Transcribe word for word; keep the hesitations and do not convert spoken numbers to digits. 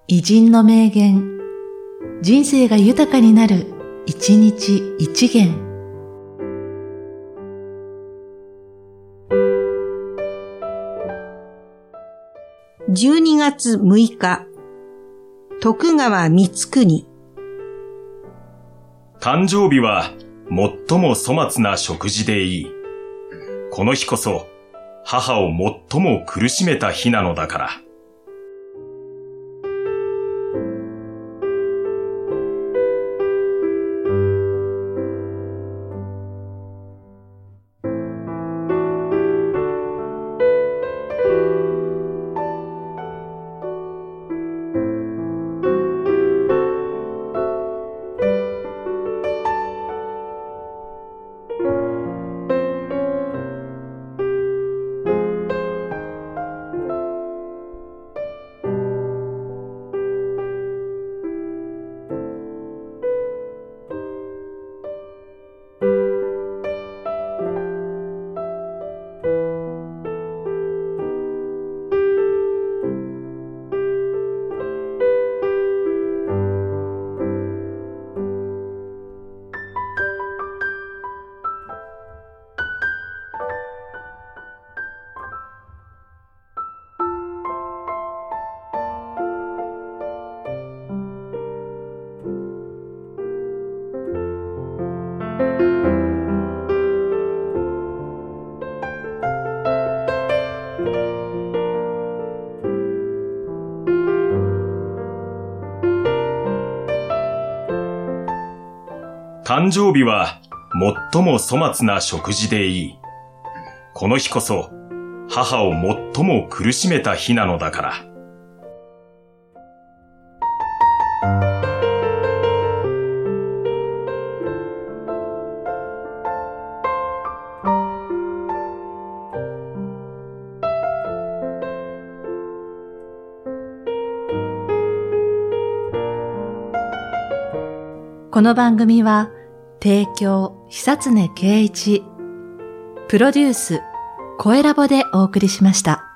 偉人の名言、人生が豊かになる、一日一元。 じゅうにがつむいか、徳川光圀。 誕生日は最も粗末な食事でいい。この日こそ母を最も苦しめた日なのだから。誕生日は最も粗末な食事でいい。この日こそ母を最も苦しめた日なのだから。 この番組は提供久常圭一、プロデュース声ラボでお送りしました。